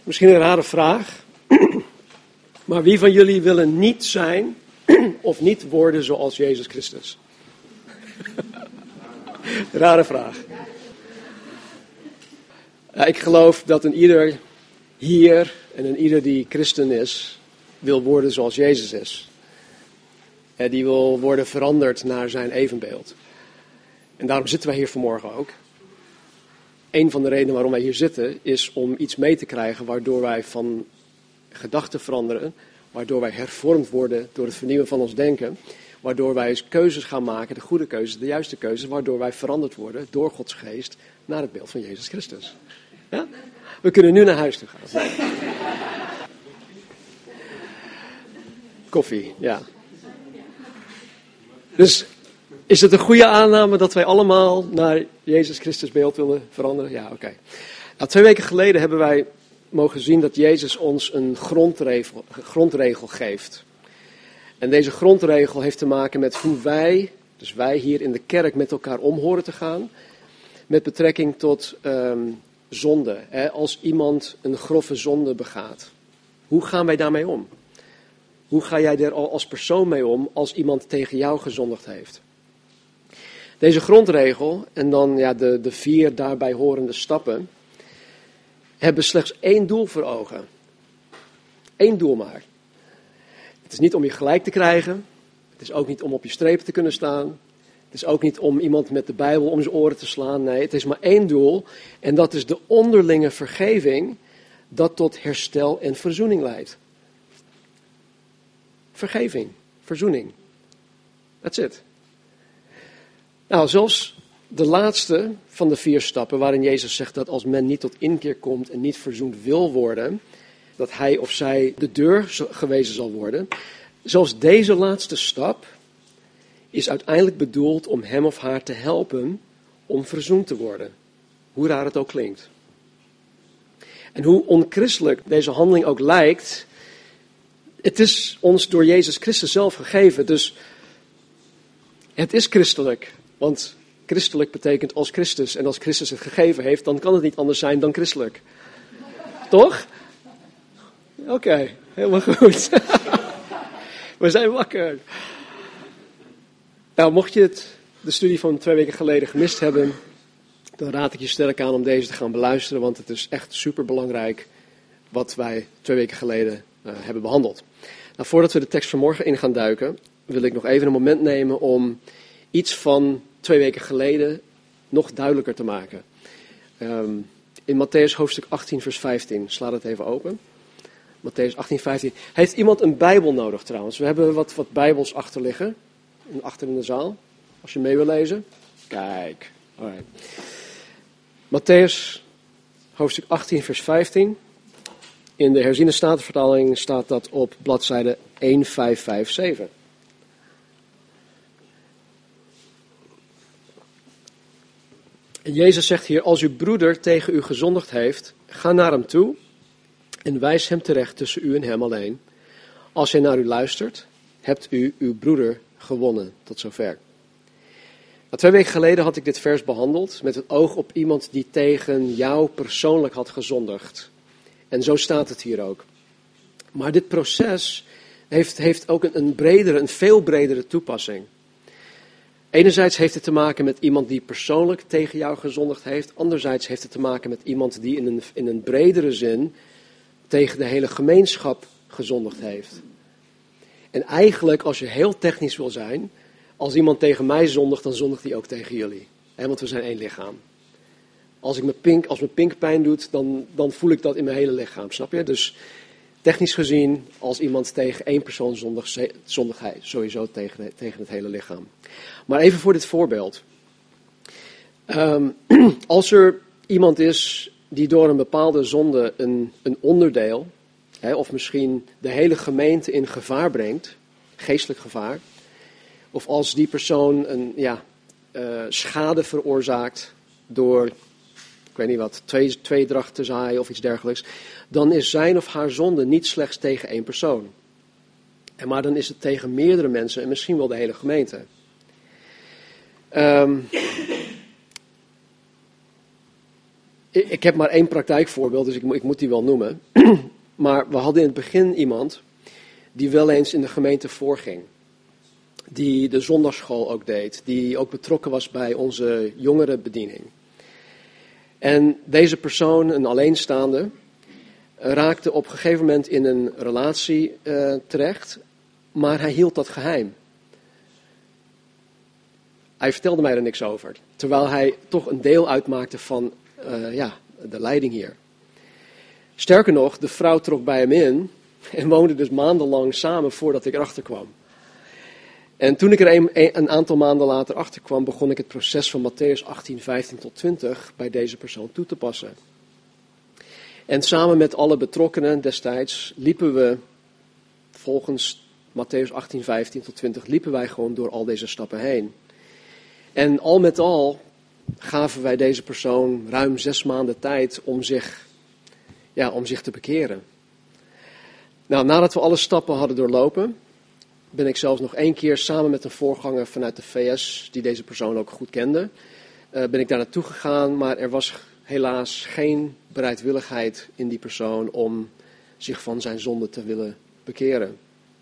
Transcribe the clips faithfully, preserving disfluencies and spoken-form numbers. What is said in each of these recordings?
Misschien een rare vraag, maar wie van jullie willen niet zijn of niet worden zoals Jezus Christus? Rare vraag. Ja, ik geloof dat een ieder hier en een ieder die christen is, wil worden zoals Jezus is. En die wil worden veranderd naar zijn evenbeeld. En daarom zitten wij hier vanmorgen ook. Een van de redenen waarom wij hier zitten is om iets mee te krijgen waardoor wij van gedachten veranderen, waardoor wij hervormd worden door het vernieuwen van ons denken, waardoor wij keuzes gaan maken, de goede keuzes, de juiste keuzes, waardoor wij veranderd worden door Gods geest naar het beeld van Jezus Christus. Ja? We kunnen nu naar huis toe gaan. Koffie, ja. Dus is het een goede aanname dat wij allemaal naar Jezus Christus beeld willen veranderen? Ja, oké. Okay. Nou, twee weken geleden hebben wij mogen zien dat Jezus ons een grondregel, grondregel geeft. En deze grondregel heeft te maken met hoe wij, dus wij hier in de kerk, met elkaar om horen te gaan. Met betrekking tot um, zonde. Hè? Als iemand een grove zonde begaat, hoe gaan wij daarmee om? Hoe ga jij er als persoon mee om als iemand tegen jou gezondigd heeft? Deze grondregel en dan ja, de, de vier daarbij horende stappen hebben slechts één doel voor ogen. Eén doel maar. Het is niet om je gelijk te krijgen. Het is ook niet om op je strepen te kunnen staan. Het is ook niet om iemand met de Bijbel om zijn oren te slaan. Nee, het is maar één doel. En dat is de onderlinge vergeving dat tot herstel en verzoening leidt. Vergeving, verzoening. That's it. Nou, zelfs de laatste van de vier stappen waarin Jezus zegt dat als men niet tot inkeer komt en niet verzoend wil worden, dat hij of zij de deur gewezen zal worden. Zelfs deze laatste stap is uiteindelijk bedoeld om hem of haar te helpen om verzoend te worden. Hoe raar het ook klinkt. En hoe onchristelijk deze handeling ook lijkt, het is ons door Jezus Christus zelf gegeven. Dus het is christelijk. Want christelijk betekent als Christus. En als Christus het gegeven heeft, dan kan het niet anders zijn dan christelijk. Toch? Oké, okay, helemaal goed. We zijn wakker. Nou, mocht je het, de studie van twee weken geleden gemist hebben, dan raad ik je sterk aan om deze te gaan beluisteren. Want het is echt superbelangrijk wat wij twee weken geleden uh, hebben behandeld. Nou, voordat we de tekst van morgen in gaan duiken, wil ik nog even een moment nemen om iets van twee weken geleden nog duidelijker te maken. Um, in Matthäus hoofdstuk achttien vers vijftien, sla het even open. Matthäus achttien vijftien. Heeft iemand een Bijbel nodig trouwens? We hebben wat, wat Bijbels achter liggen, achter in de zaal. Als je mee wil lezen. Kijk. Alright. Matthäus hoofdstuk achttien vers vijftien. In de herziene statenvertaling staat dat op bladzijde vijftienhonderdzevenenvijftig. En Jezus zegt hier, als uw broeder tegen u gezondigd heeft, ga naar hem toe en wijs hem terecht tussen u en hem alleen. Als hij naar u luistert, hebt u uw broeder gewonnen. Tot zover. Nou, twee weken geleden had ik dit vers behandeld met het oog op iemand die tegen jou persoonlijk had gezondigd. En zo staat het hier ook. Maar dit proces heeft, heeft ook een, een bredere, een veel bredere toepassing. Enerzijds heeft het te maken met iemand die persoonlijk tegen jou gezondigd heeft. Anderzijds heeft het te maken met iemand die in een, in een bredere zin tegen de hele gemeenschap gezondigd heeft. En eigenlijk, als je heel technisch wil zijn, als iemand tegen mij zondigt, dan zondigt hij ook tegen jullie. He, want we zijn één lichaam. Als, ik mijn pink, als mijn pink pijn doet, dan, dan voel ik dat in mijn hele lichaam, snap je? Dus technisch gezien, als iemand tegen één persoon zondigt, zondigt hij sowieso tegen, de, tegen het hele lichaam. Maar even voor dit voorbeeld. Um, als er iemand is die door een bepaalde zonde een, een onderdeel, hè, of misschien de hele gemeente in gevaar brengt, geestelijk gevaar, of als die persoon een ja, uh, schade veroorzaakt door, ik weet niet wat, twee, tweedracht te zaaien of iets dergelijks, dan is zijn of haar zonde niet slechts tegen één persoon. En maar dan is het tegen meerdere mensen en misschien wel de hele gemeente. Um, ik, ik heb maar één praktijkvoorbeeld, dus ik, ik moet die wel noemen. Maar we hadden in het begin iemand die wel eens in de gemeente voorging. Die de zondagsschool ook deed. Die ook betrokken was bij onze jongerenbediening. En deze persoon, een alleenstaande, raakte op een gegeven moment in een relatie uh, terecht. Maar hij hield dat geheim. Hij vertelde mij er niks over. Terwijl hij toch een deel uitmaakte van uh, ja, de leiding hier. Sterker nog, de vrouw trok bij hem in en woonde dus maandenlang samen voordat ik erachter kwam. En toen ik er een, een aantal maanden later achter kwam, begon ik het proces van Mattheüs achttien, vijftien tot twintig bij deze persoon toe te passen. En samen met alle betrokkenen destijds liepen we, volgens Mattheüs achttien, vijftien tot twintig, liepen wij gewoon door al deze stappen heen. En al met al gaven wij deze persoon ruim zes maanden tijd om zich, ja, om zich te bekeren. Nou, nadat we alle stappen hadden doorlopen, ben ik zelfs nog één keer samen met een voorganger vanuit de V S, die deze persoon ook goed kende, uh, ben ik daar naartoe gegaan, maar er was helaas geen bereidwilligheid in die persoon om zich van zijn zonde te willen bekeren.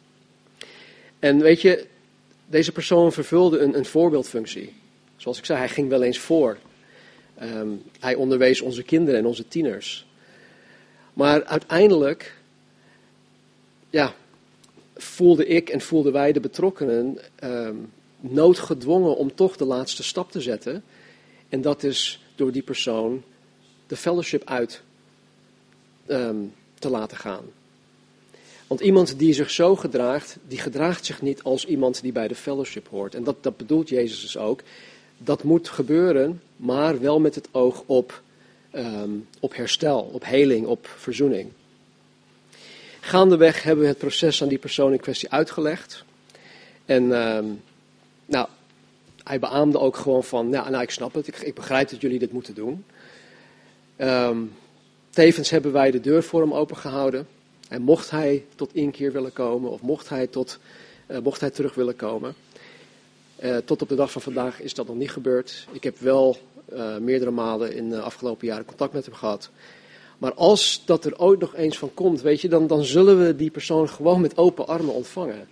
En weet je, deze persoon vervulde een, een voorbeeldfunctie. Zoals ik zei, hij ging wel eens voor. Um, hij onderwees onze kinderen en onze tieners. Maar uiteindelijk, ja, voelde ik en voelden wij de betrokkenen um, noodgedwongen om toch de laatste stap te zetten. En dat is door die persoon de fellowship uit um, te laten gaan. Want iemand die zich zo gedraagt, die gedraagt zich niet als iemand die bij de fellowship hoort. En dat, dat bedoelt Jezus dus ook. Dat moet gebeuren, maar wel met het oog op, um, op herstel, op heling, op verzoening. Gaandeweg hebben we het proces aan die persoon in kwestie uitgelegd. En um, nou, hij beaamde ook gewoon van, nou, nou ik snap het, ik, ik begrijp dat jullie dit moeten doen. Um, tevens hebben wij de deur voor hem opengehouden. En mocht hij tot inkeer willen komen, of mocht hij, tot, uh, mocht hij terug willen komen. Uh, tot op de dag van vandaag is dat nog niet gebeurd. Ik heb wel uh, meerdere malen in de afgelopen jaren contact met hem gehad. Maar als dat er ooit nog eens van komt, weet je, dan, dan zullen we die persoon gewoon met open armen ontvangen.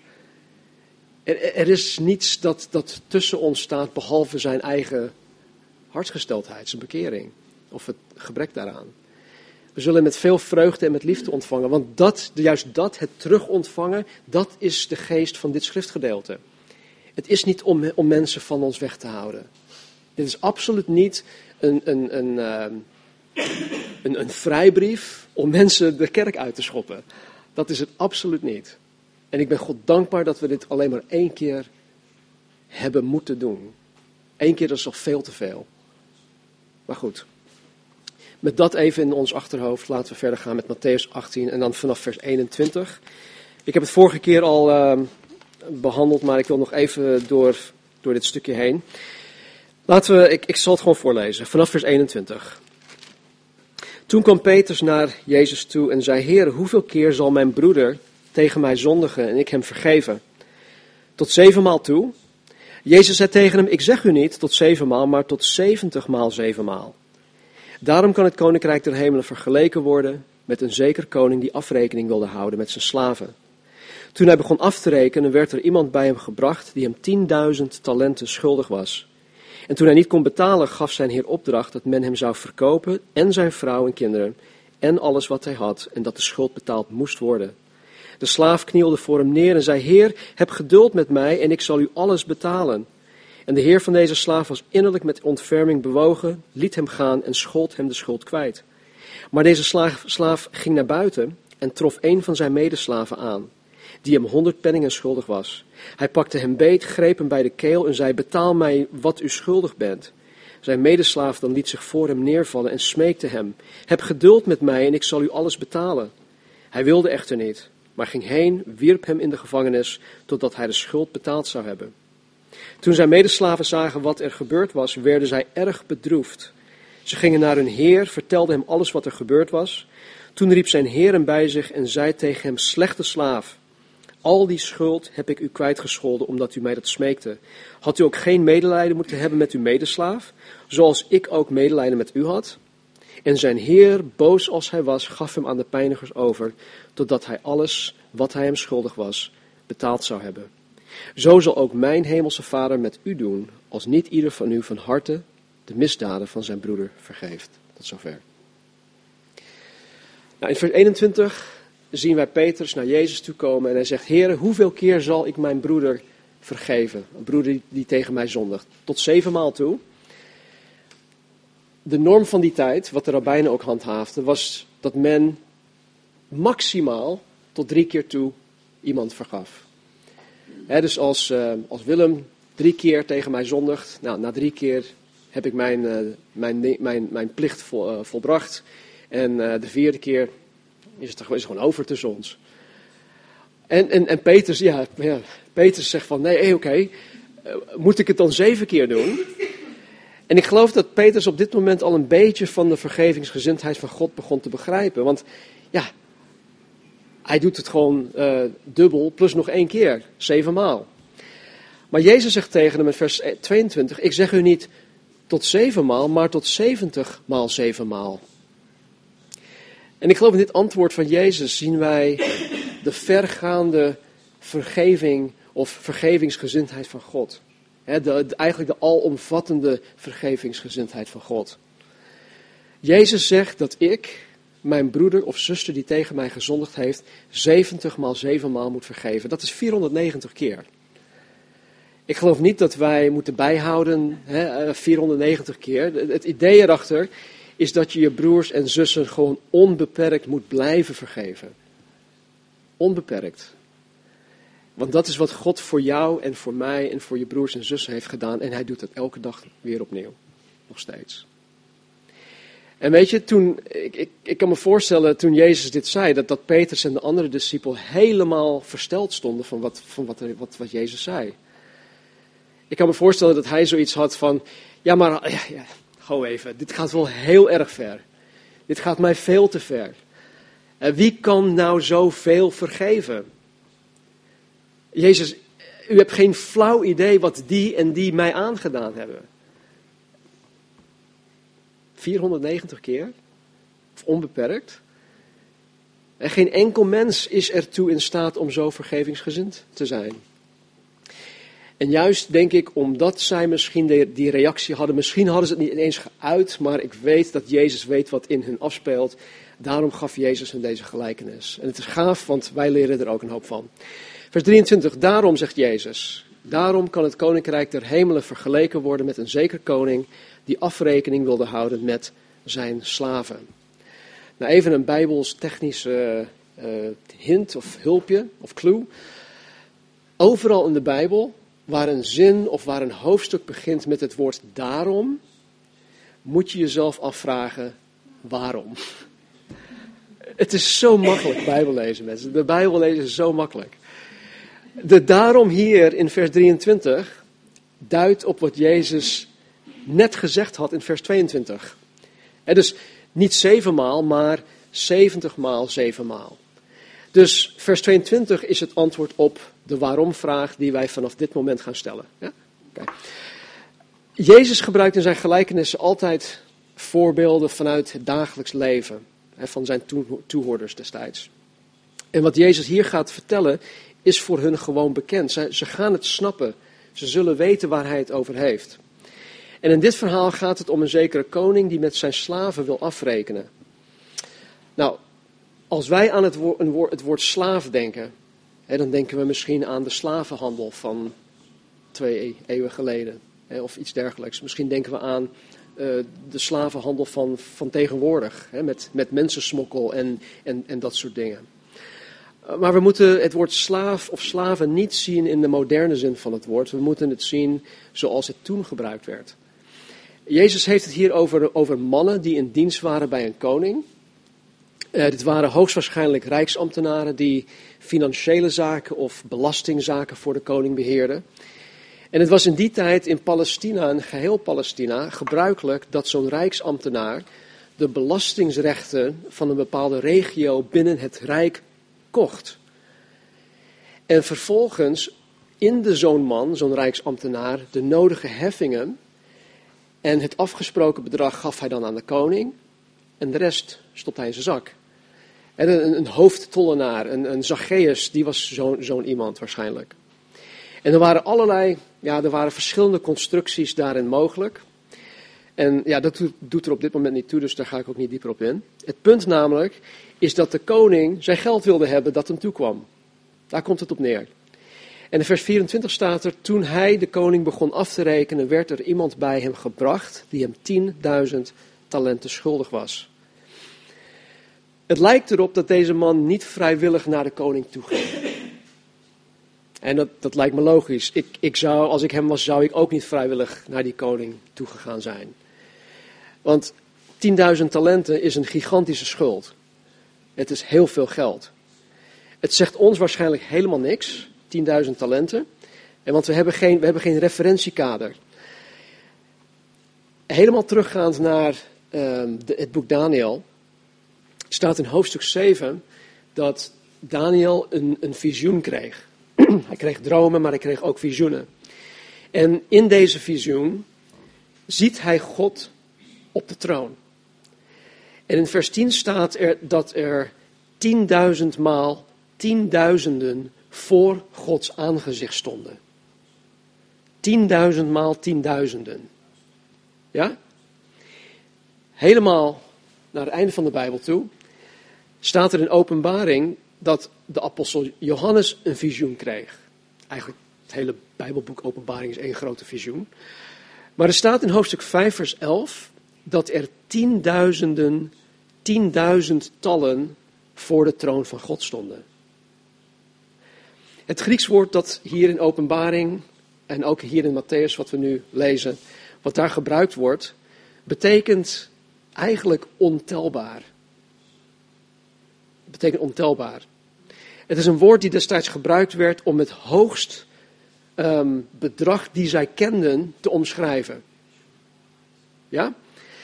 Er, er is niets dat, dat tussen ons staat, behalve zijn eigen hartsgesteldheid, zijn bekering. Of het gebrek daaraan. We zullen met veel vreugde en met liefde ontvangen. Want dat, juist dat, het terugontvangen, dat is de geest van dit schriftgedeelte. Het is niet om, om mensen van ons weg te houden. Dit is absoluut niet een, een, een, een, een, een vrijbrief om mensen de kerk uit te schoppen. Dat is het absoluut niet. En ik ben God dankbaar dat we dit alleen maar één keer hebben moeten doen. Eén keer, dat is al veel te veel. Maar goed. Met dat even in ons achterhoofd laten we verder gaan met Mattheüs achttien en dan vanaf vers eenentwintig. Ik heb het vorige keer al uh, behandeld, maar ik wil nog even door, door dit stukje heen. Laten we, ik, ik zal het gewoon voorlezen, vanaf vers eenentwintig. Toen kwam Petrus naar Jezus toe en zei, Heer, hoeveel keer zal mijn broeder tegen mij zondigen en ik hem vergeven? Tot zevenmaal toe? Jezus zei tegen hem, ik zeg u niet tot zevenmaal, maar tot zeventigmaal zevenmaal. Daarom kan het koninkrijk der hemelen vergeleken worden met een zeker koning die afrekening wilde houden met zijn slaven. Toen hij begon af te rekenen, werd er iemand bij hem gebracht die hem tienduizend talenten schuldig was. En toen hij niet kon betalen, gaf zijn heer opdracht dat men hem zou verkopen en zijn vrouw en kinderen en alles wat hij had en dat de schuld betaald moest worden. De slaaf knielde voor hem neer en zei, Heer, heb geduld met mij en ik zal u alles betalen. En de heer van deze slaaf was innerlijk met ontferming bewogen, liet hem gaan en schold hem de schuld kwijt. Maar deze slaaf, slaaf ging naar buiten en trof een van zijn medeslaven aan, die hem honderd penningen schuldig was. Hij pakte hem beet, greep hem bij de keel en zei, betaal mij wat u schuldig bent. Zijn medeslaaf dan liet zich voor hem neervallen en smeekte hem, heb geduld met mij en ik zal u alles betalen. Hij wilde echter niet, maar ging heen, wierp hem in de gevangenis, totdat hij de schuld betaald zou hebben. Toen zijn medeslaven zagen wat er gebeurd was, werden zij erg bedroefd. Ze gingen naar hun heer, vertelden hem alles wat er gebeurd was. Toen riep zijn heer hem bij zich en zei tegen hem, slechte slaaf, al die schuld heb ik u kwijtgescholden omdat u mij dat smeekte. Had u ook geen medelijden moeten hebben met uw medeslaaf, zoals ik ook medelijden met u had? En zijn heer, boos als hij was, gaf hem aan de pijnigers over, totdat hij alles wat hij hem schuldig was, betaald zou hebben. Zo zal ook mijn hemelse Vader met u doen, als niet ieder van u van harte de misdaden van zijn broeder vergeeft. Tot zover. Nou, in vers eenentwintig zien wij Petrus naar Jezus toe komen en hij zegt, Heere, hoeveel keer zal ik mijn broeder vergeven? Een broeder die, die tegen mij zondigt. Tot zevenmaal toe. De norm van die tijd, wat de rabbijnen ook handhaafden, was dat men maximaal tot drie keer toe iemand vergaf. He, dus als, uh, als Willem drie keer tegen mij zondigt, nou, na drie keer heb ik mijn, uh, mijn, mijn, mijn plicht vol, uh, volbracht. En uh, de vierde keer is het, is het gewoon over tussen ons. En, en, en Petrus, ja, ja, Petrus zegt van, nee, hey, oké, okay, uh, moet ik het dan zeven keer doen? En ik geloof dat Petrus op dit moment al een beetje van de vergevingsgezindheid van God begon te begrijpen. Want ja, hij doet het gewoon uh, dubbel plus nog één keer, zevenmaal. Maar Jezus zegt tegen hem in vers tweeëntwintig, ik zeg u niet tot zevenmaal, maar tot zeventig maal zevenmaal. En ik geloof in dit antwoord van Jezus zien wij de vergaande vergeving of vergevingsgezindheid van God. He, de, de, eigenlijk de alomvattende vergevingsgezindheid van God. Jezus zegt dat ik mijn broeder of zuster die tegen mij gezondigd heeft, zeventig maal zevenmaal moet vergeven. Dat is vierhonderdnegentig keer. Ik geloof niet dat wij moeten bijhouden he, vierhonderdnegentig keer. Het idee erachter is dat je je broers en zussen gewoon onbeperkt moet blijven vergeven. Onbeperkt. Want dat is wat God voor jou en voor mij en voor je broers en zussen heeft gedaan. En hij doet het elke dag weer opnieuw. Nog steeds. En weet je, toen, ik, ik, ik kan me voorstellen toen Jezus dit zei, dat, dat Petrus en de andere discipel helemaal versteld stonden van, wat, van wat, wat, wat Jezus zei. Ik kan me voorstellen dat hij zoiets had van, ja maar, ja, ja, gewoon even, dit gaat wel heel erg ver. Dit gaat mij veel te ver. En wie kan nou zoveel vergeven? Jezus, u hebt geen flauw idee wat die en die mij aangedaan hebben. vierhonderdnegentig keer? Of onbeperkt? En geen enkel mens is ertoe in staat om zo vergevingsgezind te zijn. En juist denk ik, omdat zij misschien de, die reactie hadden, misschien hadden ze het niet eens geuit, maar ik weet dat Jezus weet wat in hun afspeelt. Daarom gaf Jezus hun deze gelijkenis. En het is gaaf, want wij leren er ook een hoop van. Vers drieëntwintig, daarom zegt Jezus, daarom kan het koninkrijk der hemelen vergeleken worden met een zeker koning die afrekening wilde houden met zijn slaven. Nou, even een bijbels technische uh, hint of hulpje of clue. Overal in de Bijbel, waar een zin of waar een hoofdstuk begint met het woord daarom, moet je jezelf afvragen, waarom? Het is zo makkelijk Bijbel lezen, mensen. De Bijbel lezen is zo makkelijk. De daarom hier in vers drieëntwintig duidt op wat Jezus net gezegd had in vers tweeëntwintig. En dus niet zevenmaal, maar zeventig maal zevenmaal. Dus vers tweeëntwintig is het antwoord op de waarom-vraag die wij vanaf dit moment gaan stellen. Ja? Okay. Jezus gebruikt in zijn gelijkenissen altijd voorbeelden vanuit het dagelijks leven. Hè, van zijn toehoorders destijds. En wat Jezus hier gaat vertellen is voor hun gewoon bekend. Ze, ze gaan het snappen. Ze zullen weten waar hij het over heeft. En in dit verhaal gaat het om een zekere koning die met zijn slaven wil afrekenen. Nou, als wij aan het woord, een woord, het woord slaaf denken, hè, dan denken we misschien aan de slavenhandel van twee eeuwen geleden. Hè, of iets dergelijks. Misschien denken we aan uh, de slavenhandel van, van tegenwoordig. Hè, met, met mensensmokkel en, en, en dat soort dingen. Maar we moeten het woord slaaf of slaven niet zien in de moderne zin van het woord. We moeten het zien zoals het toen gebruikt werd. Jezus heeft het hier over, over mannen die in dienst waren bij een koning. Uh, dit waren hoogstwaarschijnlijk rijksambtenaren die financiële zaken of belastingzaken voor de koning beheerden. En het was in die tijd in Palestina, in geheel Palestina, gebruikelijk dat zo'n rijksambtenaar de belastingsrechten van een bepaalde regio binnen het rijk kocht. En vervolgens inde zo'n man, zo'n rijksambtenaar, de nodige heffingen en het afgesproken bedrag gaf hij dan aan de koning. en de rest stopt hij in zijn zak. En een, een hoofdtollenaar, een, een Zacchaeus, die was zo'n zo'n iemand waarschijnlijk. En er waren allerlei, ja, er waren verschillende constructies daarin mogelijk. En ja, dat doet, doet er op dit moment niet toe, dus daar ga ik ook niet dieper op in. Het punt namelijk is dat de koning zijn geld wilde hebben dat hem toekwam. Daar komt het op neer. En in vers vierentwintig staat er, toen hij de koning begon af te rekenen, werd er iemand bij hem gebracht die hem tienduizend talenten schuldig was. Het lijkt erop dat deze man niet vrijwillig naar de koning toe ging. En dat, dat lijkt me logisch. Ik, ik zou, als ik hem was, zou ik ook niet vrijwillig naar die koning toegegaan zijn. Want tienduizend talenten is een gigantische schuld. Het is heel veel geld. Het zegt ons waarschijnlijk helemaal niks, tienduizend talenten. En want we hebben geen, we hebben geen referentiekader. Helemaal teruggaand naar uh, de, het boek Daniel, staat in hoofdstuk zeven dat Daniel een, een visioen kreeg. Hij kreeg dromen, maar hij kreeg ook visioenen. En in deze visioen ziet hij God op de troon. En in vers tien staat er dat er tienduizend maal tienduizenden voor Gods aangezicht stonden. Tienduizend maal tienduizenden. Ja? Helemaal naar het einde van de Bijbel toe staat er in Openbaring dat de apostel Johannes een visioen kreeg. Eigenlijk het hele Bijbelboek Openbaring is één grote visioen. Maar er staat in hoofdstuk vijf vers elf dat er tienduizenden, tienduizendtallen voor de troon van God stonden. Het Grieks woord dat hier in Openbaring en ook hier in Matthäus wat we nu lezen, wat daar gebruikt wordt, betekent eigenlijk ontelbaar. Het betekent ontelbaar. Het is een woord die destijds gebruikt werd om het hoogst um, bedrag die zij kenden te omschrijven. Ja?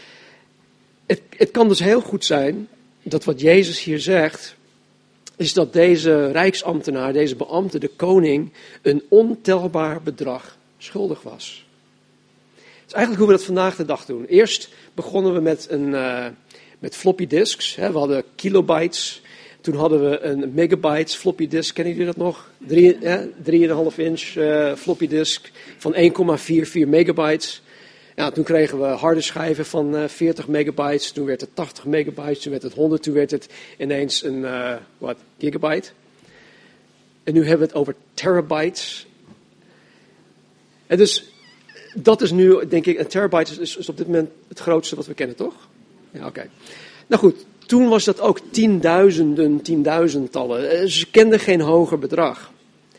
Het, het kan dus heel goed zijn dat wat Jezus hier zegt, is dat deze rijksambtenaar, deze beambte, de koning, een ontelbaar bedrag schuldig was. Dat is eigenlijk hoe we dat vandaag de dag doen. Eerst begonnen we met, een, uh, met floppy disks. Hè. We hadden kilobytes. Toen hadden we een megabytes floppy disk. Kennen jullie dat nog? Drie, hè, drieënhalf inch uh, floppy disk van één komma vierentveertig megabytes. Ja, toen kregen we harde schijven van uh, veertig megabytes. Toen werd het tachtig megabytes. Toen werd het honderd. Toen werd het ineens een uh, wat, gigabyte. En nu hebben we het over terabytes. En dus dat is nu, denk ik, een terabyte is, is op dit moment het grootste wat we kennen, toch? Ja, oké. Okay. Nou goed, toen was dat ook tienduizenden, tienduizendtallen. Ze kenden geen hoger bedrag.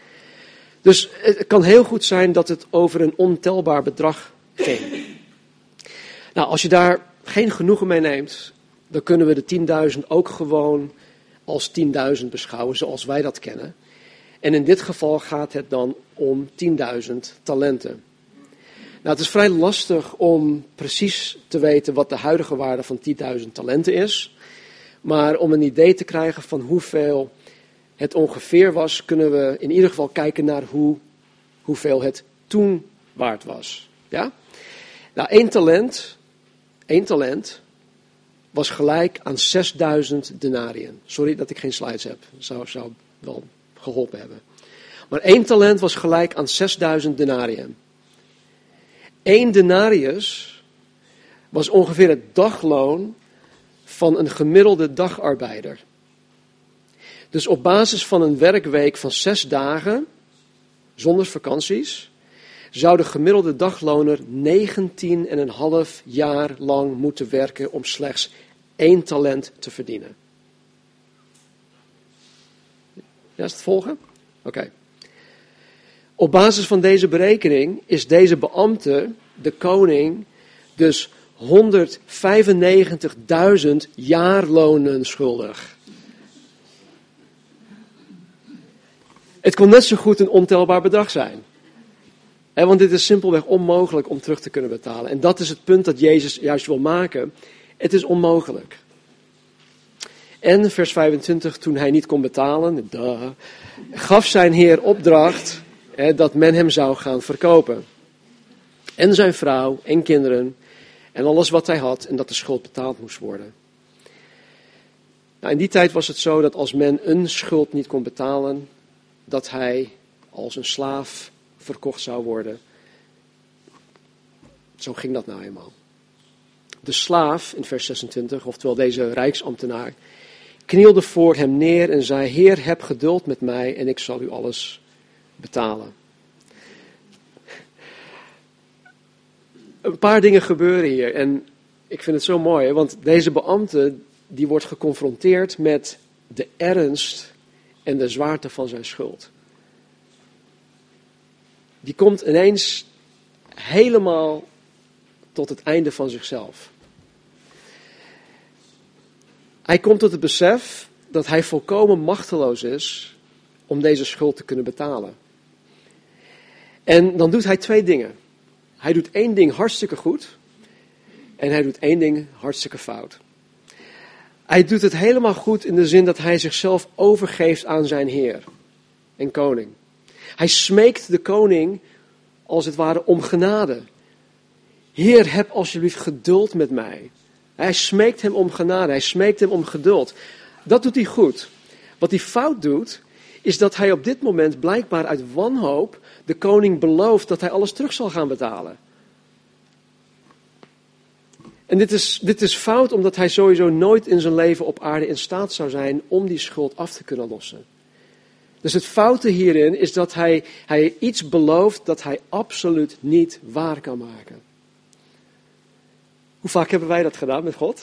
Dus het kan heel goed zijn dat het over een ontelbaar bedrag ging. Nou, als je daar geen genoegen mee neemt, dan kunnen we de tienduizend ook gewoon als tienduizend beschouwen, zoals wij dat kennen. En in dit geval gaat het dan om tienduizend talenten. Nou, het is vrij lastig om precies te weten wat de huidige waarde van tienduizend talenten is. Maar om een idee te krijgen van hoeveel het ongeveer was, kunnen we in ieder geval kijken naar hoe, hoeveel het toen waard was. Ja? Nou, één talent, één talent was gelijk aan zesduizend denariën. Sorry dat ik geen slides heb. Dat zou, zou wel geholpen hebben. Maar één talent was gelijk aan zesduizend denariën. Eén denarius was ongeveer het dagloon van een gemiddelde dagarbeider. Dus op basis van een werkweek van zes dagen, zonder vakanties, zou de gemiddelde dagloner negentien en een half jaar lang moeten werken om slechts één talent te verdienen. Ja, is het volgen? Oké. Okay. Op basis van deze berekening is deze beambte, de koning, dus honderdvijfennegentigduizend jaarlonen schuldig. Het kon net zo goed een ontelbaar bedrag zijn. He, want dit is simpelweg onmogelijk om terug te kunnen betalen. En dat is het punt dat Jezus juist wil maken. Het is onmogelijk. En vers vijfentwintig, toen hij niet kon betalen, duh, gaf zijn Heer opdracht he, dat men hem zou gaan verkopen. En zijn vrouw en kinderen en alles wat hij had en dat de schuld betaald moest worden. Nou, in die tijd was het zo dat als men een schuld niet kon betalen, dat hij als een slaaf verkocht zou worden. Zo ging dat nou eenmaal. De slaaf, in vers zesentwintig, oftewel deze rijksambtenaar, knielde voor hem neer en zei: Heer, heb geduld met mij en ik zal u alles betalen. Een paar dingen gebeuren hier en ik vind het zo mooi, hè, want deze beambte die wordt geconfronteerd met de ernst en de zwaarte van zijn schuld. Die komt ineens helemaal tot het einde van zichzelf. Hij komt tot het besef dat hij volkomen machteloos is om deze schuld te kunnen betalen. En dan doet hij twee dingen. Hij doet één ding hartstikke goed en hij doet één ding hartstikke fout. Hij doet het helemaal goed in de zin dat hij zichzelf overgeeft aan zijn Heer en koning. Hij smeekt de koning als het ware om genade. Heer, heb alsjeblieft geduld met mij. Hij smeekt hem om genade, hij smeekt hem om geduld. Dat doet hij goed. Wat hij fout doet, is dat hij op dit moment blijkbaar uit wanhoop de koning belooft dat hij alles terug zal gaan betalen. En dit is, dit is fout omdat hij sowieso nooit in zijn leven op aarde in staat zou zijn om die schuld af te kunnen lossen. Dus het foute hierin is dat hij, hij iets belooft dat hij absoluut niet waar kan maken. Hoe vaak hebben wij dat gedaan met God?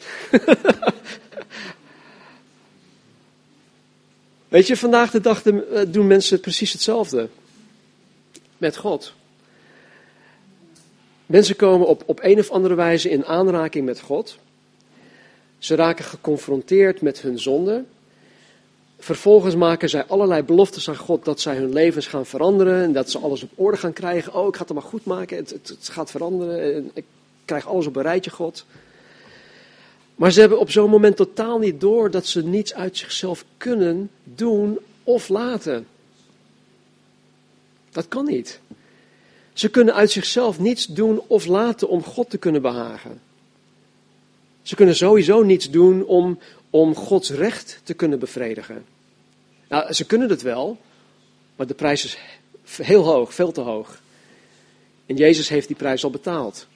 Weet je, vandaag de dag doen mensen precies hetzelfde met God. Mensen komen op, op een of andere wijze in aanraking met God. Ze raken geconfronteerd met hun zonde. Vervolgens maken zij allerlei beloftes aan God dat zij hun levens gaan veranderen. En dat ze alles op orde gaan krijgen. Oh, ik ga het maar goed maken. Het, het, het gaat veranderen. En ik krijg alles op een rijtje, God. Maar ze hebben op zo'n moment totaal niet door dat ze niets uit zichzelf kunnen doen of laten. Dat kan niet. Ze kunnen uit zichzelf niets doen of laten om God te kunnen behagen. Ze kunnen sowieso niets doen om, om Gods recht te kunnen bevredigen. Nou, ze kunnen het wel, maar de prijs is heel hoog, veel te hoog. En Jezus heeft die prijs al betaald.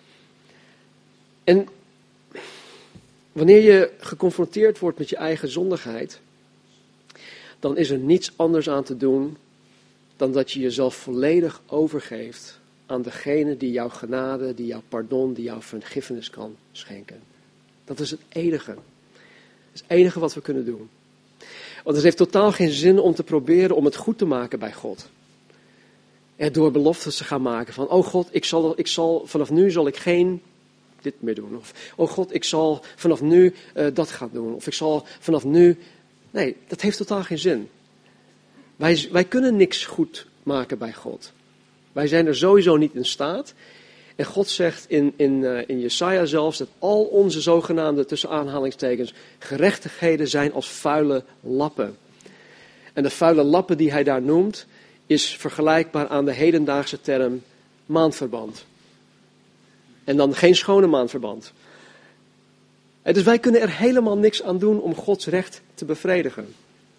En wanneer je geconfronteerd wordt met je eigen zondigheid, dan is er niets anders aan te doen dan dat je jezelf volledig overgeeft aan degene die jouw genade, die jouw pardon, die jouw vergiffenis kan schenken. Dat is het enige. Dat is het enige wat we kunnen doen. Want het heeft totaal geen zin om te proberen om het goed te maken bij God. En door beloftes te gaan maken van, oh God, ik zal, ik zal, vanaf nu zal ik geen dit meer doen. Of, oh God, ik zal vanaf nu uh, dat gaan doen. Of ik zal vanaf nu... Nee, dat heeft totaal geen zin. Wij, wij kunnen niks goed maken bij God. Wij zijn er sowieso niet in staat. En God zegt in, in, uh, in Jesaja zelfs dat al onze zogenaamde, tussen aanhalingstekens, gerechtigheden zijn als vuile lappen. En de vuile lappen die hij daar noemt, is vergelijkbaar aan de hedendaagse term maandverband. En dan geen schone maandverband. En dus wij kunnen er helemaal niks aan doen om Gods recht te bevredigen.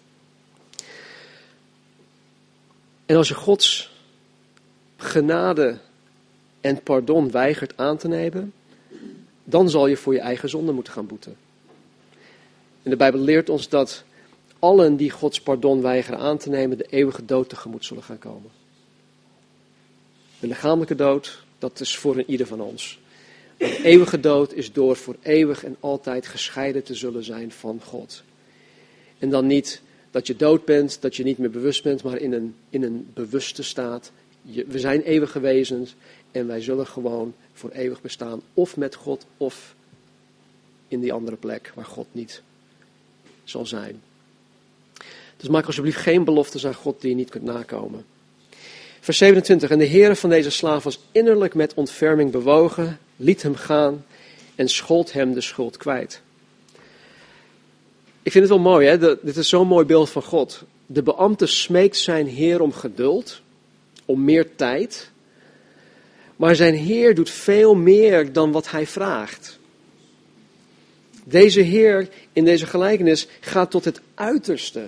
En als je Gods genade en pardon weigert aan te nemen, dan zal je voor je eigen zonde moeten gaan boeten. En de Bijbel leert ons dat allen die Gods pardon weigeren aan te nemen, de eeuwige dood tegemoet zullen gaan komen. De lichamelijke dood, dat is voor een ieder van ons. Maar de eeuwige dood is door voor eeuwig en altijd gescheiden te zullen zijn van God. En dan niet dat je dood bent, dat je niet meer bewust bent, maar in een, in een bewuste staat. Je, we zijn eeuwige wezens en wij zullen gewoon voor eeuwig bestaan. Of met God of in die andere plek waar God niet zal zijn. Dus maak alsjeblieft geen beloftes aan God die je niet kunt nakomen. Vers zevenentwintig. En de Heere van deze slaaf was innerlijk met ontferming bewogen, liet hem gaan en schold hem de schuld kwijt. Ik vind het wel mooi, hè? De, dit is zo'n mooi beeld van God. De beambte smeekt zijn Heer om geduld, om meer tijd. Maar zijn Heer doet veel meer dan wat hij vraagt. Deze Heer in deze gelijkenis gaat tot het uiterste.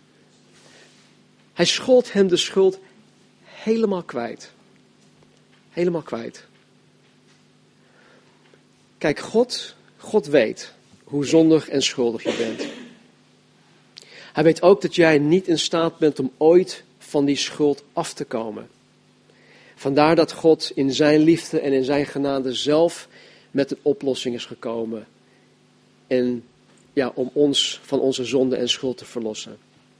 Hij schold hem de schuld helemaal kwijt. Helemaal kwijt. Kijk, God, God weet hoe zondig en schuldig je bent. Hij weet ook dat jij niet in staat bent om ooit van die schuld af te komen. Vandaar dat God in zijn liefde en in zijn genade zelf met een oplossing is gekomen. En ja, om ons van onze zonde en schuld te verlossen.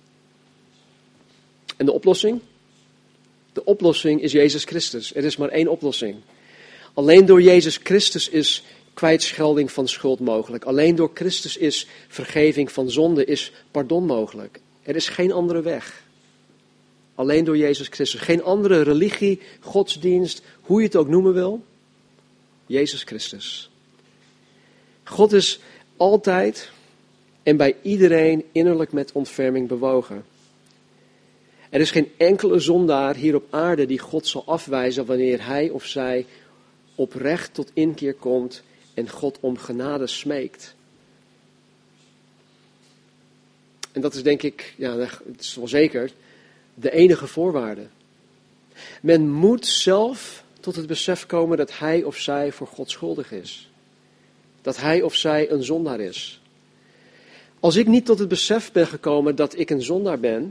En de oplossing? De oplossing is Jezus Christus. Er is maar één oplossing. Alleen door Jezus Christus is kwijtschelding van schuld mogelijk. Alleen door Christus is vergeving van zonde, is pardon mogelijk. Er is geen andere weg. Alleen door Jezus Christus. Geen andere religie, godsdienst, hoe je het ook noemen wil. Jezus Christus. God is altijd en bij iedereen innerlijk met ontferming bewogen. Er is geen enkele zondaar hier op aarde die God zal afwijzen wanneer hij of zij oprecht tot inkeer komt en God om genade smeekt. En dat is denk ik, ja, het is wel zeker, de enige voorwaarde. Men moet zelf tot het besef komen dat hij of zij voor God schuldig is. Dat hij of zij een zondaar is. Als ik niet tot het besef ben gekomen dat ik een zondaar ben,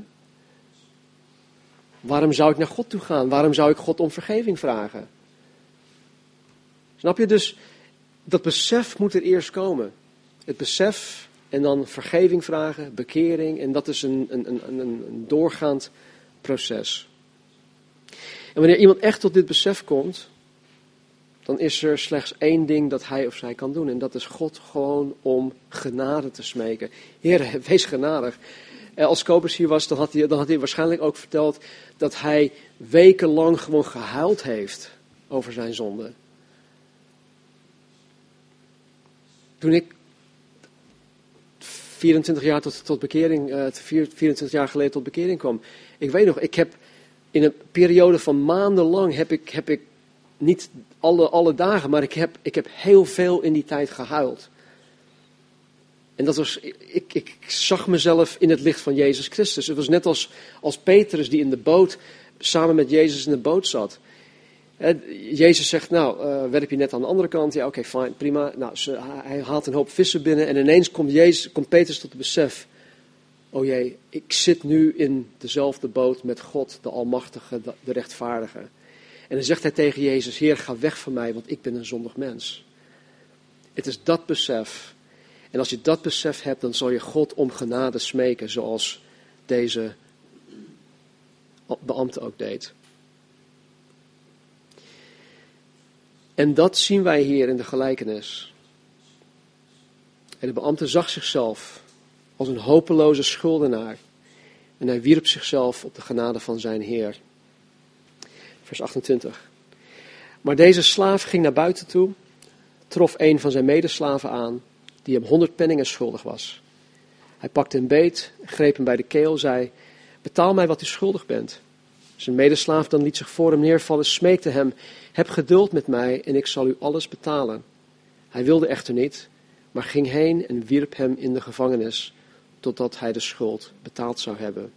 waarom zou ik naar God toe gaan? Waarom zou ik God om vergeving vragen? Snap je? Dus dat besef moet er eerst komen. Het besef en dan vergeving vragen, bekering. En dat is een, een, een, een doorgaand proces. En wanneer iemand echt tot dit besef komt, dan is er slechts één ding dat hij of zij kan doen. En dat is God gewoon om genade te smeken. Heer, wees genadig. Als Kobus hier was, dan had, hij, dan had hij waarschijnlijk ook verteld dat hij wekenlang gewoon gehuild heeft over zijn zonde. Toen ik vierentwintig jaar tot, tot bekering, uh, vierentwintig jaar geleden tot bekering kwam. Ik weet nog, ik heb in een periode van maandenlang heb ik, heb ik niet alle, alle dagen, maar ik heb, ik heb heel veel in die tijd gehuild. En dat was, ik, ik zag mezelf in het licht van Jezus Christus. Het was net als, als Petrus die in de boot, samen met Jezus in de boot zat. Jezus zegt, nou, uh, werp je net aan de andere kant. Ja, oké, okay, fijn, prima. Nou, ze, hij haalt een hoop vissen binnen en ineens komt, Jezus, komt Petrus tot het besef. Oh jee, ik zit nu in dezelfde boot met God, de Almachtige, de, de Rechtvaardige. En dan zegt hij tegen Jezus, Heer, ga weg van mij, want ik ben een zondig mens. Het is dat besef. En als je dat besef hebt, dan zal je God om genade smeken, zoals deze beambte ook deed. En dat zien wij hier in de gelijkenis. En de beambte zag zichzelf als een hopeloze schuldenaar. En hij wierp zichzelf op de genade van zijn Heer. Vers achtentwintig. Maar deze slaaf ging naar buiten toe, trof een van zijn medeslaven aan, die hem honderd penningen schuldig was. Hij pakte hem beet, greep hem bij de keel, zei, betaal mij wat u schuldig bent. Zijn medeslaaf dan liet zich voor hem neervallen, smeekte hem, heb geduld met mij en ik zal u alles betalen. Hij wilde echter niet, maar ging heen en wierp hem in de gevangenis, totdat hij de schuld betaald zou hebben.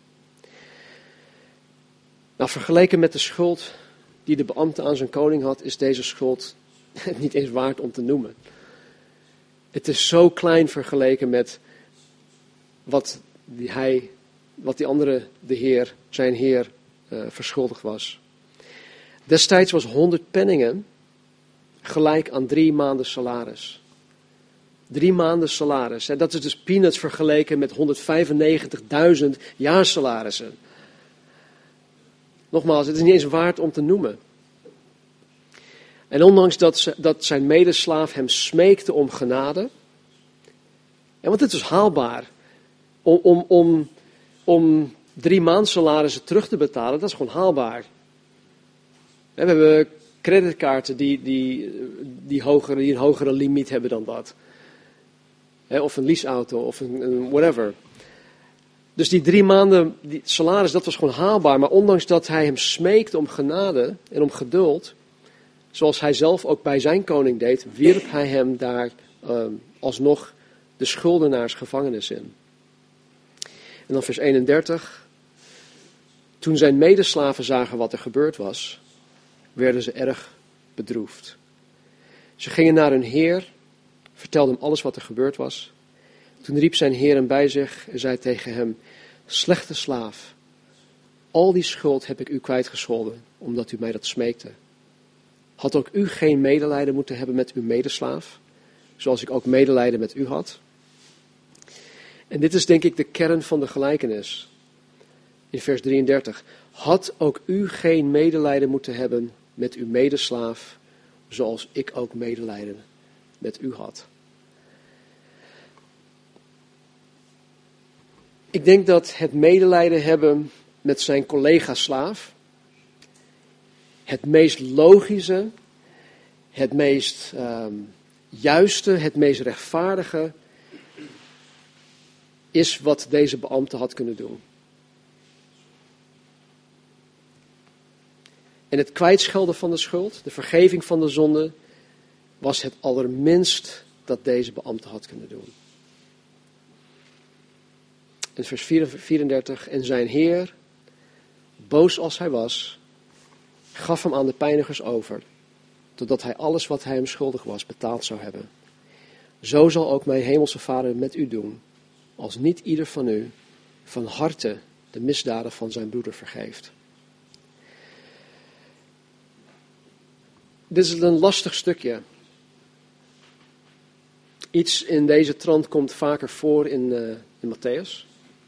Nou, vergeleken met de schuld die de beambte aan zijn koning had, is deze schuld niet eens waard om te noemen. Het is zo klein vergeleken met wat die, hij, wat die andere, de Heer, zijn Heer, uh, verschuldigd was. Destijds was honderd penningen gelijk aan drie maanden salaris. Drie maanden salaris. Hè? Dat is dus peanuts vergeleken met honderdvijfennegentigduizend jaarsalarissen. Nogmaals, het is niet eens waard om te noemen. En ondanks dat, ze, dat zijn medeslaaf hem smeekte om genade. Ja, want het was haalbaar. Om, om, om, om drie maandsalarissen terug te betalen, dat is gewoon haalbaar. We hebben creditkaarten die, die, die, hogere, die een hogere limiet hebben dan dat. Of een leaseauto of een, een whatever. Dus die drie maanden die salaris, dat was gewoon haalbaar. Maar ondanks dat hij hem smeekte om genade en om geduld, zoals hij zelf ook bij zijn koning deed, wierp hij hem daar um, alsnog de schuldenaars gevangenis in. En dan vers eenendertig. Toen zijn medeslaven zagen wat er gebeurd was, werden ze erg bedroefd. Ze gingen naar hun heer, vertelden hem alles wat er gebeurd was. Toen riep zijn heer hem bij zich en zei tegen hem: slechte slaaf, al die schuld heb ik u kwijtgescholden, omdat u mij dat smeekte. Had ook u geen medelijden moeten hebben met uw medeslaaf, zoals ik ook medelijden met u had? En dit is denk ik de kern van de gelijkenis. In vers drieëndertig. Had ook u geen medelijden moeten hebben met uw medeslaaf, zoals ik ook medelijden met u had? Ik denk dat het medelijden hebben met zijn collega-slaaf het meest logische, het meest um, juiste, het meest rechtvaardige is wat deze beambte had kunnen doen. En het kwijtschelden van de schuld, de vergeving van de zonde, was het allerminst dat deze beambte had kunnen doen. In vers vierendertig, en zijn heer, boos als hij was, gaf hem aan de pijnigers over, totdat hij alles wat hij hem schuldig was betaald zou hebben. Zo zal ook mijn hemelse Vader met u doen, als niet ieder van u van harte de misdaden van zijn broeder vergeeft. Dit is een lastig stukje. Iets in deze trant komt vaker voor in, uh, in Matthäus.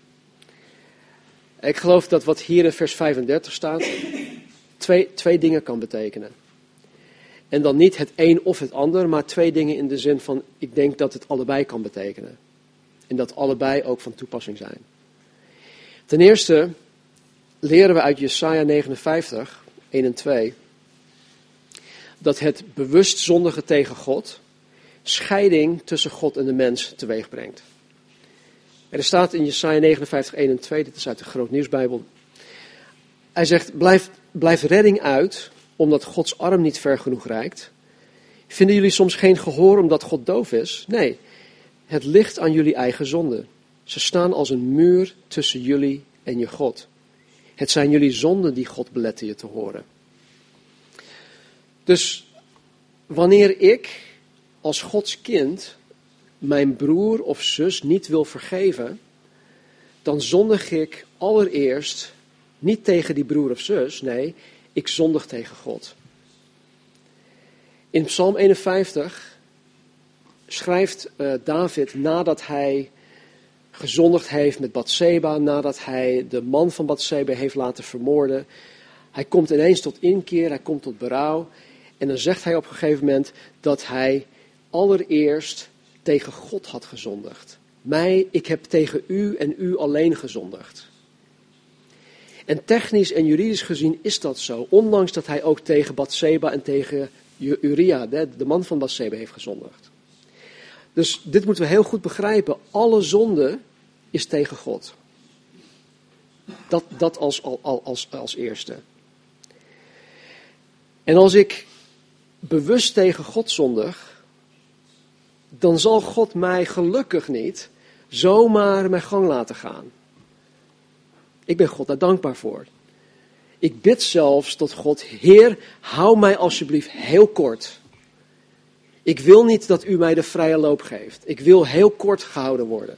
Ik geloof dat wat hier in vers vijfendertig staat, twee, twee dingen kan betekenen. En dan niet het een of het ander, maar twee dingen in de zin van, ik denk dat het allebei kan betekenen. En dat allebei ook van toepassing zijn. Ten eerste leren we uit Jesaja negenenvijftig, één en twee, dat het bewust zondigen tegen God scheiding tussen God en de mens teweeg brengt. Er staat in Jesaja negenenvijftig, één en twee, dit is uit de Groot Nieuwsbijbel. Hij zegt, blijf, blijf redding uit, omdat Gods arm niet ver genoeg reikt. Vinden jullie soms geen gehoor omdat God doof is? Nee, het ligt aan jullie eigen zonde. Ze staan als een muur tussen jullie en je God. Het zijn jullie zonden die God beletten je te horen. Dus wanneer ik als Gods kind mijn broer of zus niet wil vergeven, dan zondig ik allereerst niet tegen die broer of zus, nee, ik zondig tegen God. In Psalm eenenvijftig schrijft uh, David nadat hij gezondigd heeft met Batseba, nadat hij de man van Batseba heeft laten vermoorden. Hij komt ineens tot inkeer, hij komt tot berouw. En dan zegt hij op een gegeven moment dat hij allereerst tegen God had gezondigd. Mij, ik heb tegen u en u alleen gezondigd. En technisch en juridisch gezien is dat zo. Ondanks dat hij ook tegen Batseba en tegen Uria, de man van Batseba, heeft gezondigd. Dus dit moeten we heel goed begrijpen. Alle zonde is tegen God. Dat, dat als, als, als, als eerste. En als ik bewust tegen God zondig, dan zal God mij gelukkig niet zomaar mijn gang laten gaan. Ik ben God daar dankbaar voor. Ik bid zelfs tot God, Heer, hou mij alsjeblieft heel kort. Ik wil niet dat u mij de vrije loop geeft. Ik wil heel kort gehouden worden.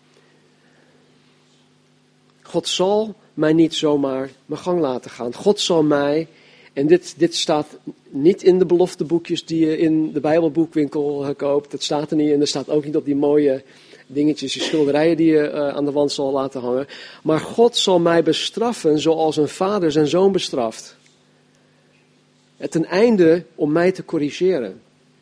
God zal mij niet zomaar mijn gang laten gaan. God zal mij, en dit, dit staat niet in de belofteboekjes die je in de Bijbelboekwinkel koopt. Dat staat er niet in. Er staat ook niet op die mooie dingetjes, die schilderijen die je uh, aan de wand zal laten hangen. Maar God zal mij bestraffen zoals een vader zijn zoon bestraft. Het ten einde om mij te corrigeren.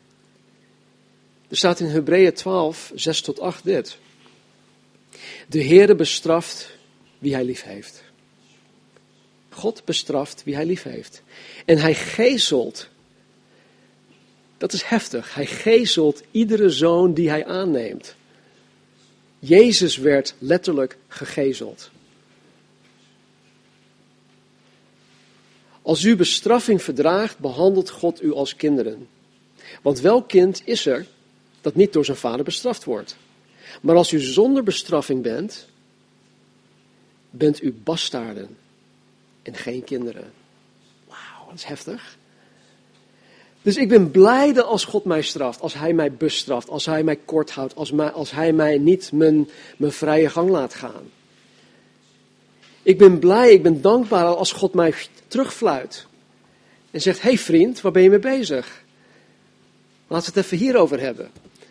Er staat in Hebreeën twaalf, zes tot acht dit. De Heere bestraft wie hij lief heeft. God bestraft wie hij lief heeft. En hij gezelt, dat is heftig, hij gezelt iedere zoon die hij aanneemt. Jezus werd letterlijk gegezeld. Als u bestraffing verdraagt, behandelt God u als kinderen. Want welk kind is er dat niet door zijn vader bestraft wordt? Maar als u zonder bestraffing bent, bent u bastaarden en geen kinderen. Wauw, dat is heftig. Dus ik ben blijde als God mij straft, als hij mij bestraft, als hij mij kort houdt, als, mij, als hij mij niet mijn, mijn vrije gang laat gaan. Ik ben blij, ik ben dankbaar als God mij terugfluit en zegt, hé hey vriend, waar ben je mee bezig? Laten we het even hierover hebben.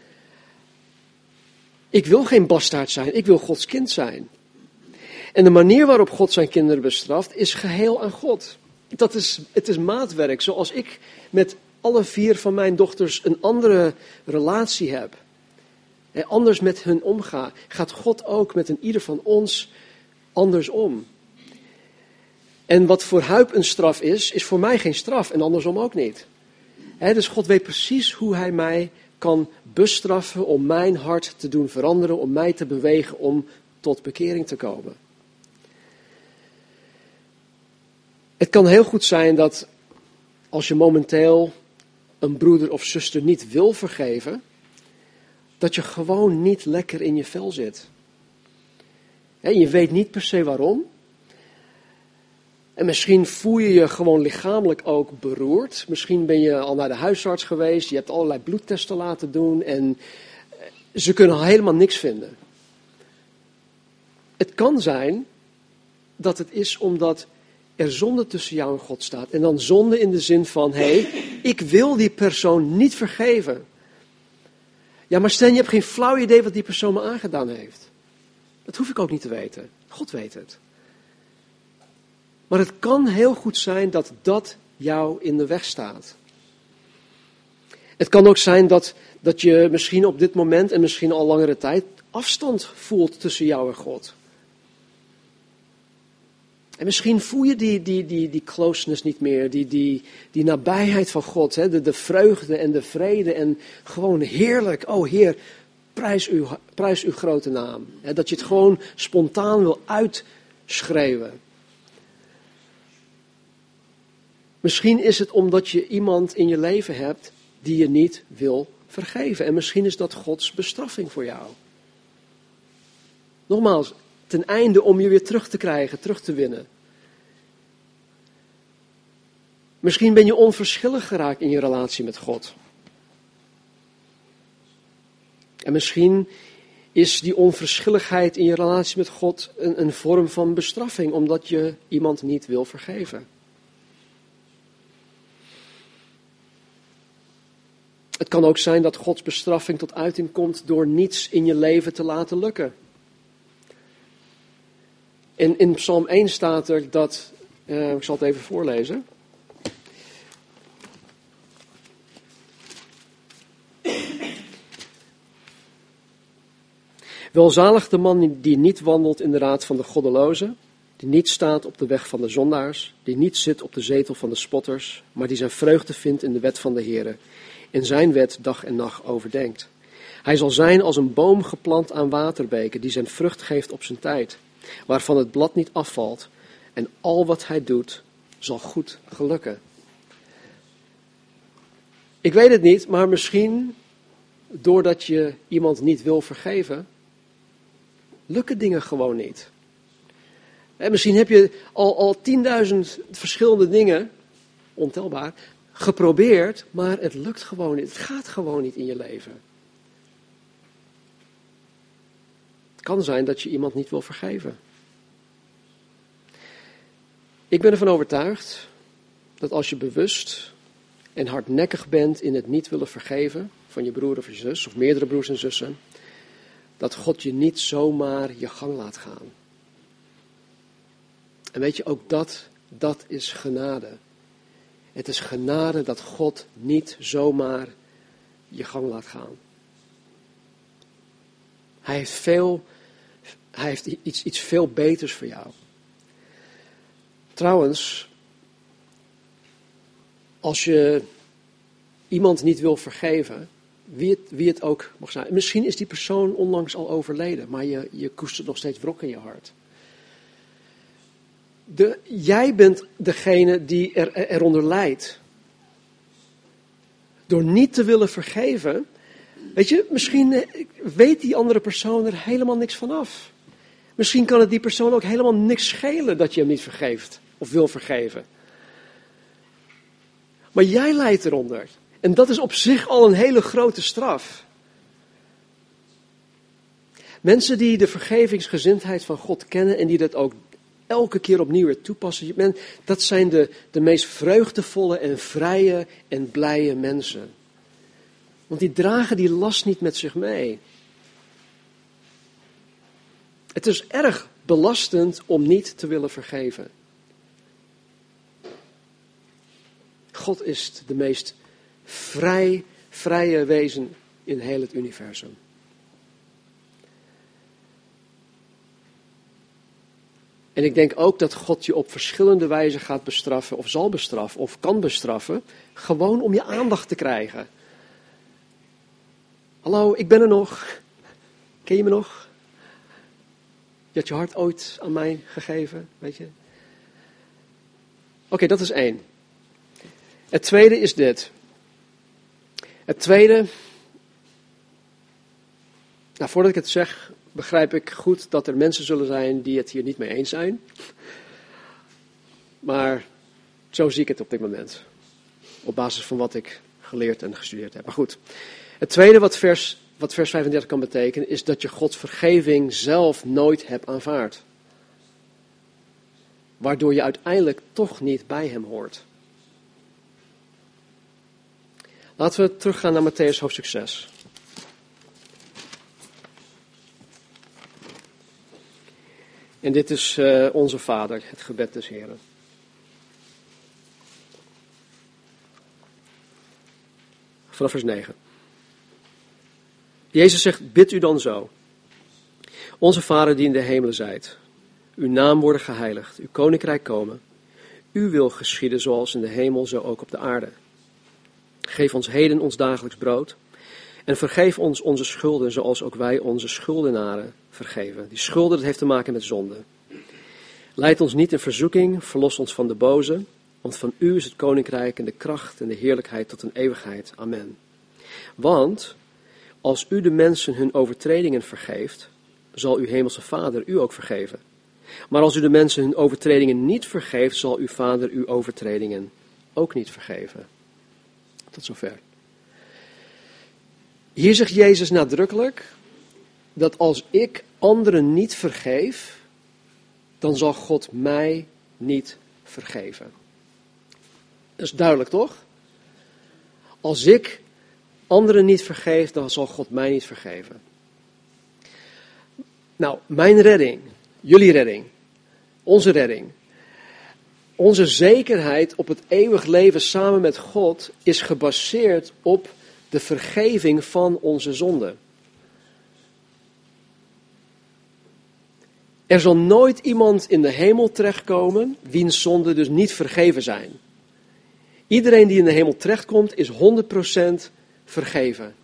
Ik wil geen bastaard zijn, ik wil Gods kind zijn. En de manier waarop God zijn kinderen bestraft is geheel aan God. Dat is, het is maatwerk, zoals ik met alle vier van mijn dochters een andere relatie heb. En anders met hun omga, gaat God ook met een ieder van ons anders om. En wat voor Huip een straf is, is voor mij geen straf en andersom ook niet. He, dus God weet precies hoe hij mij kan bestraffen om mijn hart te doen veranderen, om mij te bewegen om tot bekering te komen. Het kan heel goed zijn dat als je momenteel een broeder of zuster niet wil vergeven, dat je gewoon niet lekker in je vel zit. En je weet niet per se waarom. En misschien voel je je gewoon lichamelijk ook beroerd. Misschien ben je al naar de huisarts geweest, je hebt allerlei bloedtesten laten doen en ze kunnen helemaal niks vinden. Het kan zijn dat het is omdat er zonde tussen jou en God staat. En dan zonde in de zin van, hé, hey, ik wil die persoon niet vergeven. Ja, maar Stan, je hebt geen flauw idee wat die persoon me aangedaan heeft. Dat hoef ik ook niet te weten. God weet het. Maar het kan heel goed zijn dat dat jou in de weg staat. Het kan ook zijn dat, dat je misschien op dit moment en misschien al langere tijd afstand voelt tussen jou en God. En misschien voel je die, die, die, die closeness niet meer, die, die, die nabijheid van God, hè? De, de vreugde en de vrede en gewoon heerlijk. Oh Heer, prijs uw, prijs uw grote naam. Hè? Dat je het gewoon spontaan wil uitschreeuwen. Misschien is het omdat je iemand in je leven hebt die je niet wil vergeven. En misschien is dat Gods bestraffing voor jou. Nogmaals, ten einde om je weer terug te krijgen, terug te winnen. Misschien ben je onverschillig geraakt in je relatie met God. En misschien is die onverschilligheid in je relatie met God een, een vorm van bestraffing, omdat je iemand niet wil vergeven. Het kan ook zijn dat Gods bestraffing tot uiting komt door niets in je leven te laten lukken. In, in Psalm één staat er dat, uh, ik zal het even voorlezen. Welzalig de man die niet wandelt in de raad van de goddelozen, die niet staat op de weg van de zondaars, die niet zit op de zetel van de spotters, maar die zijn vreugde vindt in de wet van de Heere, in zijn wet dag en nacht overdenkt. Hij zal zijn als een boom geplant aan waterbeken, die zijn vrucht geeft op zijn tijd, waarvan het blad niet afvalt, en al wat hij doet, zal goed gelukken. Ik weet het niet, maar misschien doordat je iemand niet wil vergeven, lukken dingen gewoon niet. En misschien heb je al, al tienduizend verschillende dingen, ontelbaar, geprobeerd, maar het lukt gewoon niet. Het gaat gewoon niet in je leven. Het kan zijn dat je iemand niet wil vergeven. Ik ben ervan overtuigd dat als je bewust en hardnekkig bent in het niet willen vergeven van je broer of je zus, of meerdere broers en zussen, dat God je niet zomaar je gang laat gaan. En weet je, ook dat, dat is genade. Het is genade dat God niet zomaar je gang laat gaan. Hij heeft veel, hij heeft iets, iets veel beters voor jou. Trouwens, als je iemand niet wil vergeven, wie het, wie het ook mag zijn. Misschien is die persoon onlangs al overleden, maar je, je koestert nog steeds wrok in je hart. De, jij bent degene die er, eronder lijdt. Door niet te willen vergeven, Weet je, misschien weet die andere persoon er helemaal niks van af. Misschien kan het die persoon ook helemaal niks schelen dat je hem niet vergeeft of wil vergeven. Maar jij lijdt eronder. En dat is op zich al een hele grote straf. Mensen die de vergevingsgezindheid van God kennen en die dat ook elke keer opnieuw weer toepassen, dat zijn de, de meest vreugdevolle en vrije en blije mensen. Want die dragen die last niet met zich mee. Het is erg belastend om niet te willen vergeven. God is de meest vrij, vrije wezen in heel het universum. En ik denk ook dat God je op verschillende wijzen gaat bestraffen, of zal bestraffen, of kan bestraffen, gewoon om je aandacht te krijgen. Hallo, ik ben er nog. Ken je me nog? Je had je hart ooit aan mij gegeven, weet je? Oké, okay, dat is één. Het tweede is dit. Het tweede, nou, voordat ik het zeg, begrijp ik goed dat er mensen zullen zijn die het hier niet mee eens zijn. Maar zo zie ik het op dit moment. Op basis van wat ik geleerd en gestudeerd heb. Maar goed, het tweede wat vers, wat vers vijfendertig kan betekenen, is dat je Gods vergeving zelf nooit hebt aanvaard. Waardoor je uiteindelijk toch niet bij hem hoort. Laten we teruggaan naar Mattheüs hoofdstuk zes. En dit is uh, onze Vader, het gebed des Heren. Vanaf vers negen. Jezus zegt, bid u dan zo. Onze Vader die in de hemelen zijt. Uw naam worden geheiligd, uw koninkrijk komen. Uw wil geschieden zoals in de hemel, zo ook op de aarde. Geef ons heden ons dagelijks brood. En vergeef ons onze schulden zoals ook wij onze schuldenaren vergeven. Die schulden, dat heeft te maken met zonde. Leid ons niet in verzoeking, verlos ons van de boze. Want van u is het koninkrijk en de kracht en de heerlijkheid tot een eeuwigheid. Amen. Want als u de mensen hun overtredingen vergeeft, zal uw hemelse Vader u ook vergeven. Maar als u de mensen hun overtredingen niet vergeeft, zal uw Vader uw overtredingen ook niet vergeven. Tot zover. Hier zegt Jezus nadrukkelijk dat als ik anderen niet vergeef, dan zal God mij niet vergeven. Dat is duidelijk, toch? Als ik anderen niet vergeef, dan zal God mij niet vergeven. Nou, mijn redding, jullie redding, onze redding, onze zekerheid op het eeuwig leven samen met God is gebaseerd op de vergeving van onze zonden. Er zal nooit iemand in de hemel terechtkomen wiens zonden dus niet vergeven zijn. Iedereen die in de hemel terechtkomt is honderd procent vergeven.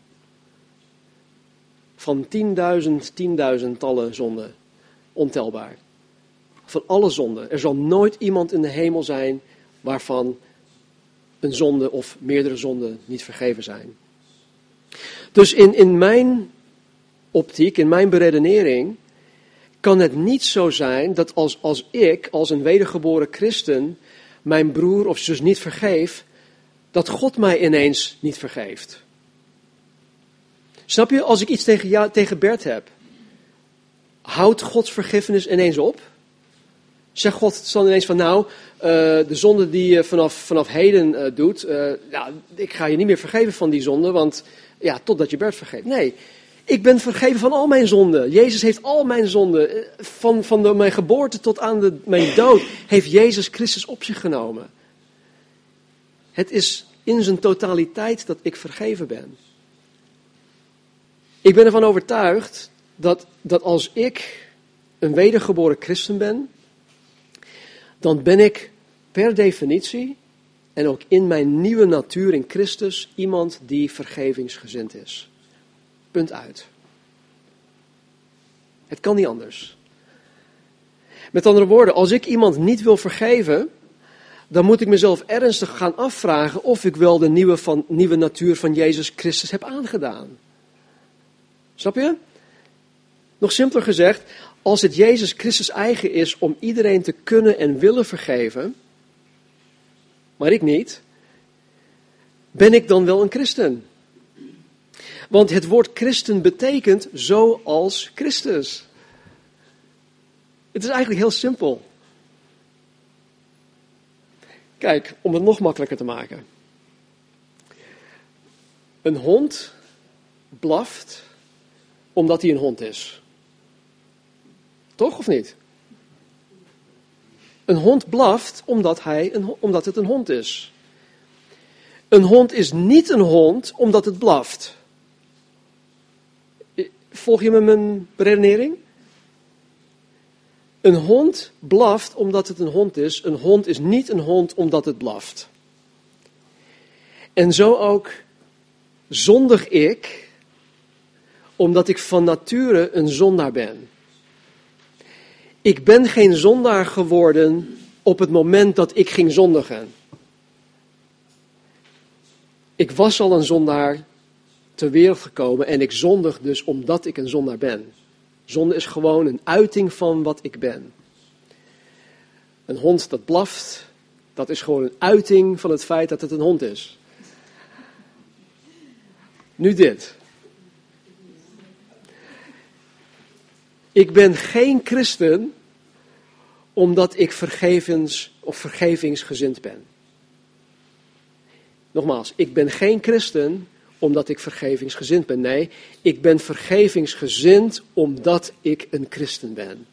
Van tienduizend, tienduizendtallen zonden. Ontelbaar. Van alle zonden. Er zal nooit iemand in de hemel zijn waarvan een zonde of meerdere zonden niet vergeven zijn. Dus in, in mijn optiek, in mijn beredenering, kan het niet zo zijn dat als, als ik, als een wedergeboren christen, mijn broer of zus niet vergeef, dat God mij ineens niet vergeeft. Snap je, als ik iets tegen, jou, tegen Bert heb, houdt Gods vergiffenis ineens op? Zegt God dan ineens van nou, uh, de zonde die je vanaf, vanaf heden uh, doet, uh, ja, ik ga je niet meer vergeven van die zonde, want ja, totdat je Bert vergeet. Nee, ik ben vergeven van al mijn zonden. Jezus heeft al mijn zonden, van, van de, mijn geboorte tot aan de, mijn dood, heeft Jezus Christus op zich genomen. Het is in zijn totaliteit dat ik vergeven ben. Ik ben ervan overtuigd dat, dat als ik een wedergeboren christen ben, dan ben ik per definitie en ook in mijn nieuwe natuur in Christus iemand die vergevingsgezind is. Punt uit. Het kan niet anders. Met andere woorden, als ik iemand niet wil vergeven, dan moet ik mezelf ernstig gaan afvragen of ik wel de nieuwe, van, nieuwe natuur van Jezus Christus heb aangedaan. Snap je? Nog simpeler gezegd, als het Jezus Christus eigen is om iedereen te kunnen en willen vergeven, maar ik niet, ben ik dan wel een christen? Want het woord christen betekent zoals Christus. Het is eigenlijk heel simpel. Kijk, om het nog makkelijker te maken. Een hond blaft omdat hij een hond is. Toch of niet? Een hond blaft omdat, hij een, omdat het een hond is. Een hond is niet een hond omdat het blaft. Volg je me mijn redenering? Een hond blaft omdat het een hond is. Een hond is niet een hond omdat het blaft. En zo ook zondig ik omdat ik van nature een zondaar ben. Ik ben geen zondaar geworden op het moment dat ik ging zondigen. Ik was al een zondaar ter wereld gekomen en ik zondig dus omdat ik een zondaar ben. Zonde is gewoon een uiting van wat ik ben. Een hond dat blaft, dat is gewoon een uiting van het feit dat het een hond is. Nu dit. Ik ben geen christen omdat ik vergevens of vergevingsgezind ben. Nogmaals, ik ben geen christen omdat ik vergevingsgezind ben. Nee, ik ben vergevingsgezind omdat ik een christen ben.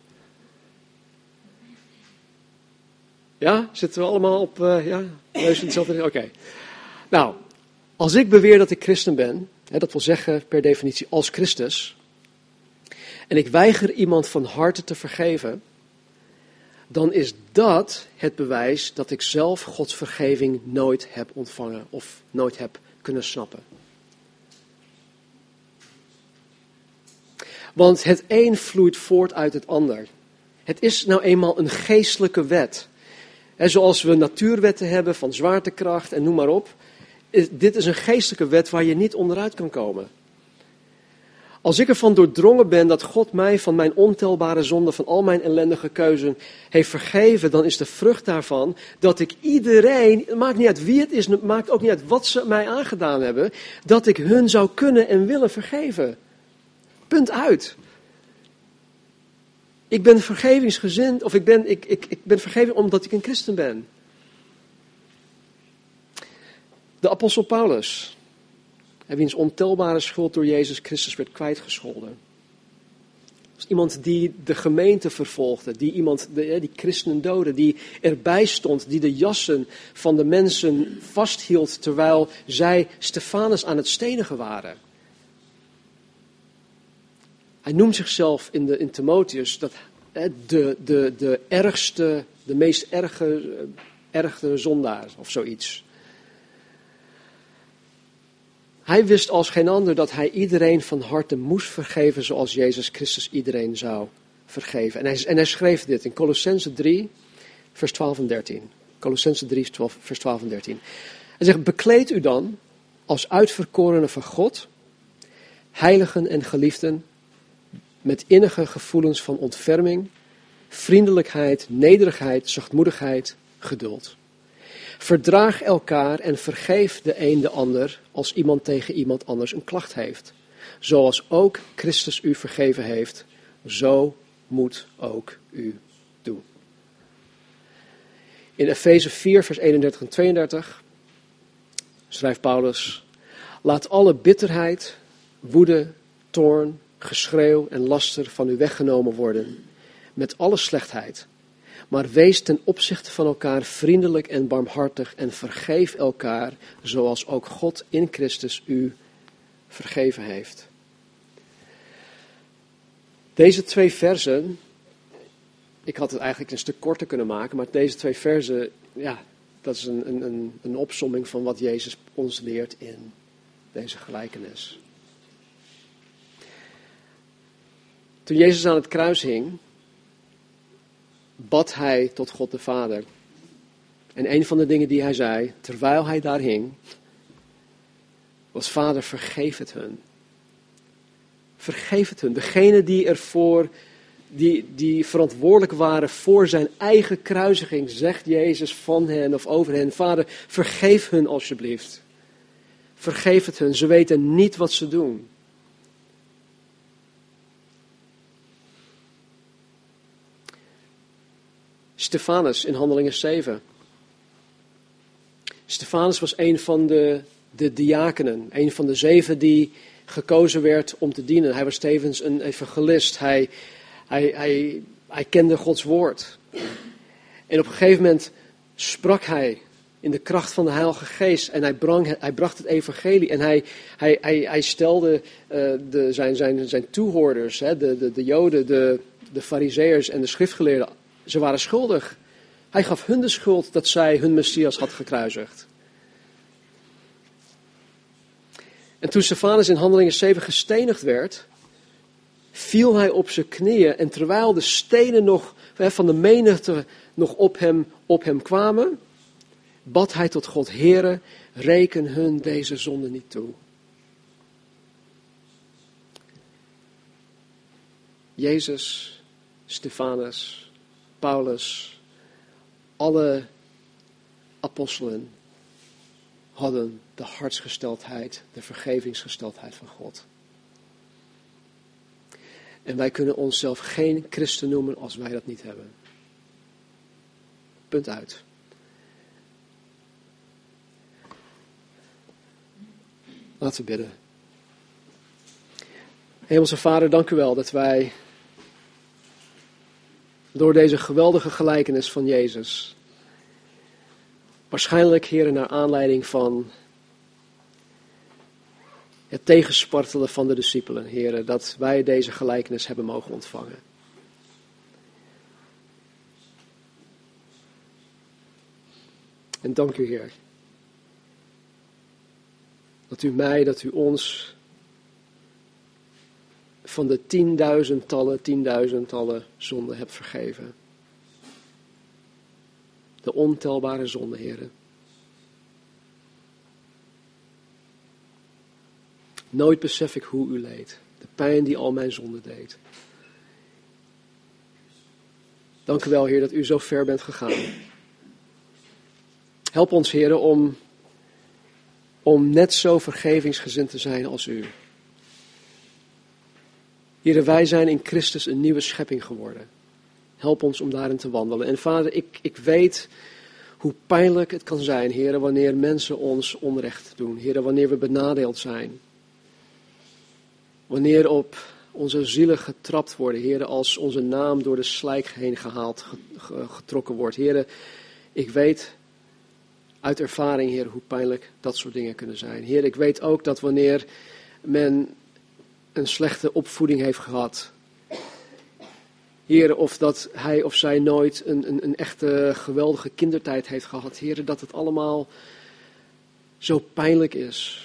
Ja, zitten we allemaal op, uh, ja, neus in hetzelfde. Oké. Okay. Nou, als ik beweer dat ik christen ben, hè, dat wil zeggen per definitie als Christus, en ik weiger iemand van harte te vergeven, dan is dat het bewijs dat ik zelf Gods vergeving nooit heb ontvangen of nooit heb kunnen snappen. Want het een vloeit voort uit het ander. Het is nou eenmaal een geestelijke wet. He, zoals we natuurwetten hebben van zwaartekracht en noem maar op. Dit is een geestelijke wet waar je niet onderuit kan komen. Als ik ervan doordrongen ben dat God mij van mijn ontelbare zonden, van al mijn ellendige keuzen heeft vergeven, dan is de vrucht daarvan dat ik iedereen, het maakt niet uit wie het is, het maakt ook niet uit wat ze mij aangedaan hebben, dat ik hun zou kunnen en willen vergeven. Punt uit. Ik ben vergevingsgezind, of ik ben, ik, ik, ik ben vergeven omdat ik een christen ben. De apostel Paulus, wiens ontelbare schuld door Jezus Christus werd kwijtgescholden. Dat was iemand die de gemeente vervolgde, die iemand, die christenen doodde, die erbij stond, die de jassen van de mensen vasthield terwijl zij Stefanus aan het stenigen waren. Hij noemt zichzelf in, de, in Timotheus dat de, de, de ergste, de meest erge, erge zondaar of zoiets. Hij wist als geen ander dat hij iedereen van harte moest vergeven zoals Jezus Christus iedereen zou vergeven. En hij, en hij schreef dit in Colossenzen drie, vers twaalf en dertien. Colossenzen drie, vers twaalf en dertien. Hij zegt, bekleed u dan als uitverkorenen van God, heiligen en geliefden, met innige gevoelens van ontferming, vriendelijkheid, nederigheid, zachtmoedigheid, geduld. Verdraag elkaar en vergeef de een de ander als iemand tegen iemand anders een klacht heeft. Zoals ook Christus u vergeven heeft, zo moet ook u doen. In Efeze vier, vers eenendertig en tweeëndertig schrijft Paulus, laat alle bitterheid, woede, toorn, geschreeuw en laster van u weggenomen worden, met alle slechtheid. Maar wees ten opzichte van elkaar vriendelijk en barmhartig en vergeef elkaar, zoals ook God in Christus u vergeven heeft. Deze twee versen, ik had het eigenlijk een stuk korter kunnen maken, maar deze twee versen, ja, dat is een, een, een opsomming van wat Jezus ons leert in deze gelijkenis. Toen Jezus aan het kruis hing, bad hij tot God de Vader. En een van de dingen die hij zei, terwijl hij daar hing, was: Vader, vergeef het hun. Vergeef het hun. Degene die ervoor, die, die verantwoordelijk waren voor zijn eigen kruisiging, zegt Jezus van hen of over hen: Vader, vergeef hun alsjeblieft. Vergeef het hun. Ze weten niet wat ze doen. Stefanus in Handelingen zeven. Stefanus was een van de, de diakenen, een van de zeven die gekozen werd om te dienen. Hij was tevens een evangelist. Hij, hij, hij, hij kende Gods woord. En op een gegeven moment sprak hij in de kracht van de Heilige Geest en hij, brang, hij bracht het evangelie en hij, hij, hij, hij stelde uh, de, zijn, zijn, zijn toehoorders, hè, de, de, de Joden, de, de Farizeeërs en de schriftgeleerden, ze waren schuldig. Hij gaf hun de schuld dat zij hun Messias had gekruisigd. En toen Stefanus in Handelingen zeven gestenigd werd, viel hij op zijn knieën en terwijl de stenen nog van de menigte nog op hem, op hem kwamen, bad hij tot God: Heere, reken hun deze zonde niet toe. Jezus, Stefanus, Paulus, alle apostelen hadden de hartsgesteldheid, de vergevingsgesteldheid van God. En wij kunnen onszelf geen christen noemen als wij dat niet hebben. Punt uit. Laten we bidden. Hemelse Vader, dank u wel dat wij door deze geweldige gelijkenis van Jezus, waarschijnlijk, Heer, naar aanleiding van het tegenspartelen van de discipelen, Heer, dat wij deze gelijkenis hebben mogen ontvangen. En dank u, Heer, dat u mij, dat u ons van de tienduizendtallen, tienduizendtallen zonden hebt vergeven. De ontelbare zonden, Heer. Nooit besef ik hoe u leed. De pijn die al mijn zonde deed. Dank u wel, Heer, dat u zo ver bent gegaan. Help ons, Heer, om, om net zo vergevingsgezind te zijn als u. Heer, wij zijn in Christus een nieuwe schepping geworden. Help ons om daarin te wandelen. En Vader, ik, ik weet hoe pijnlijk het kan zijn, Heer, wanneer mensen ons onrecht doen. Heer, wanneer we benadeeld zijn. Wanneer op onze zielen getrapt worden, Heer, als onze naam door de slijk heen gehaald, getrokken wordt. Heer, ik weet uit ervaring, Heer, hoe pijnlijk dat soort dingen kunnen zijn. Heer, ik weet ook dat wanneer men een slechte opvoeding heeft gehad, Heer, of dat hij of zij nooit een, een, een echte geweldige kindertijd heeft gehad, Heer, dat het allemaal zo pijnlijk is.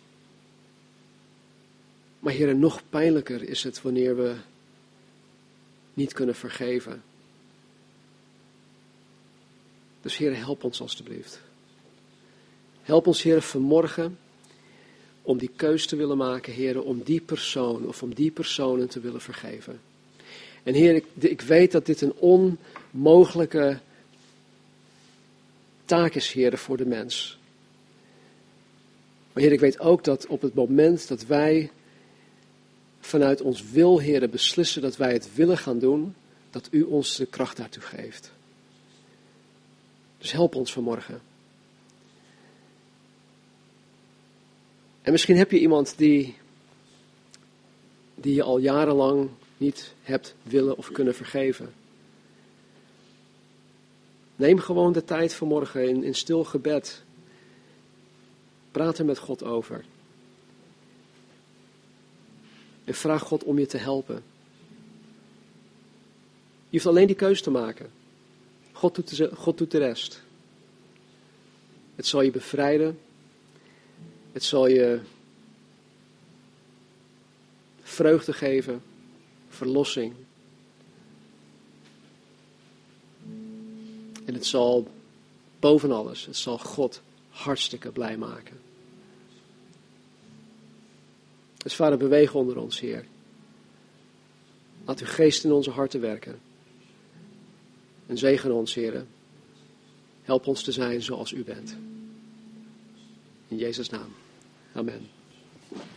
Maar Heer, nog pijnlijker is het wanneer we niet kunnen vergeven. Dus Heer, help ons alstublieft. Help ons, Heer, vanmorgen om die keus te willen maken, Heer, om die persoon of om die personen te willen vergeven. En Heer, ik, ik weet dat dit een onmogelijke taak is, Heer, voor de mens. Maar Heer, ik weet ook dat op het moment dat wij vanuit ons wil, Heer, beslissen dat wij het willen gaan doen, dat u ons de kracht daartoe geeft. Dus help ons vanmorgen. En misschien heb je iemand die, die je al jarenlang niet hebt willen of kunnen vergeven. Neem gewoon de tijd vanmorgen in, in stil gebed. Praat er met God over. En vraag God om je te helpen. Je hoeft alleen die keus te maken. God doet de, God doet de rest. Het zal je bevrijden. Het zal je vreugde geven. Verlossing. En het zal boven alles, het zal God hartstikke blij maken. Dus Vader, beweeg onder ons, Heer. Laat uw geest in onze harten werken. En zegen ons, Heere. Help ons te zijn zoals u bent. In Jezus' naam. Amen.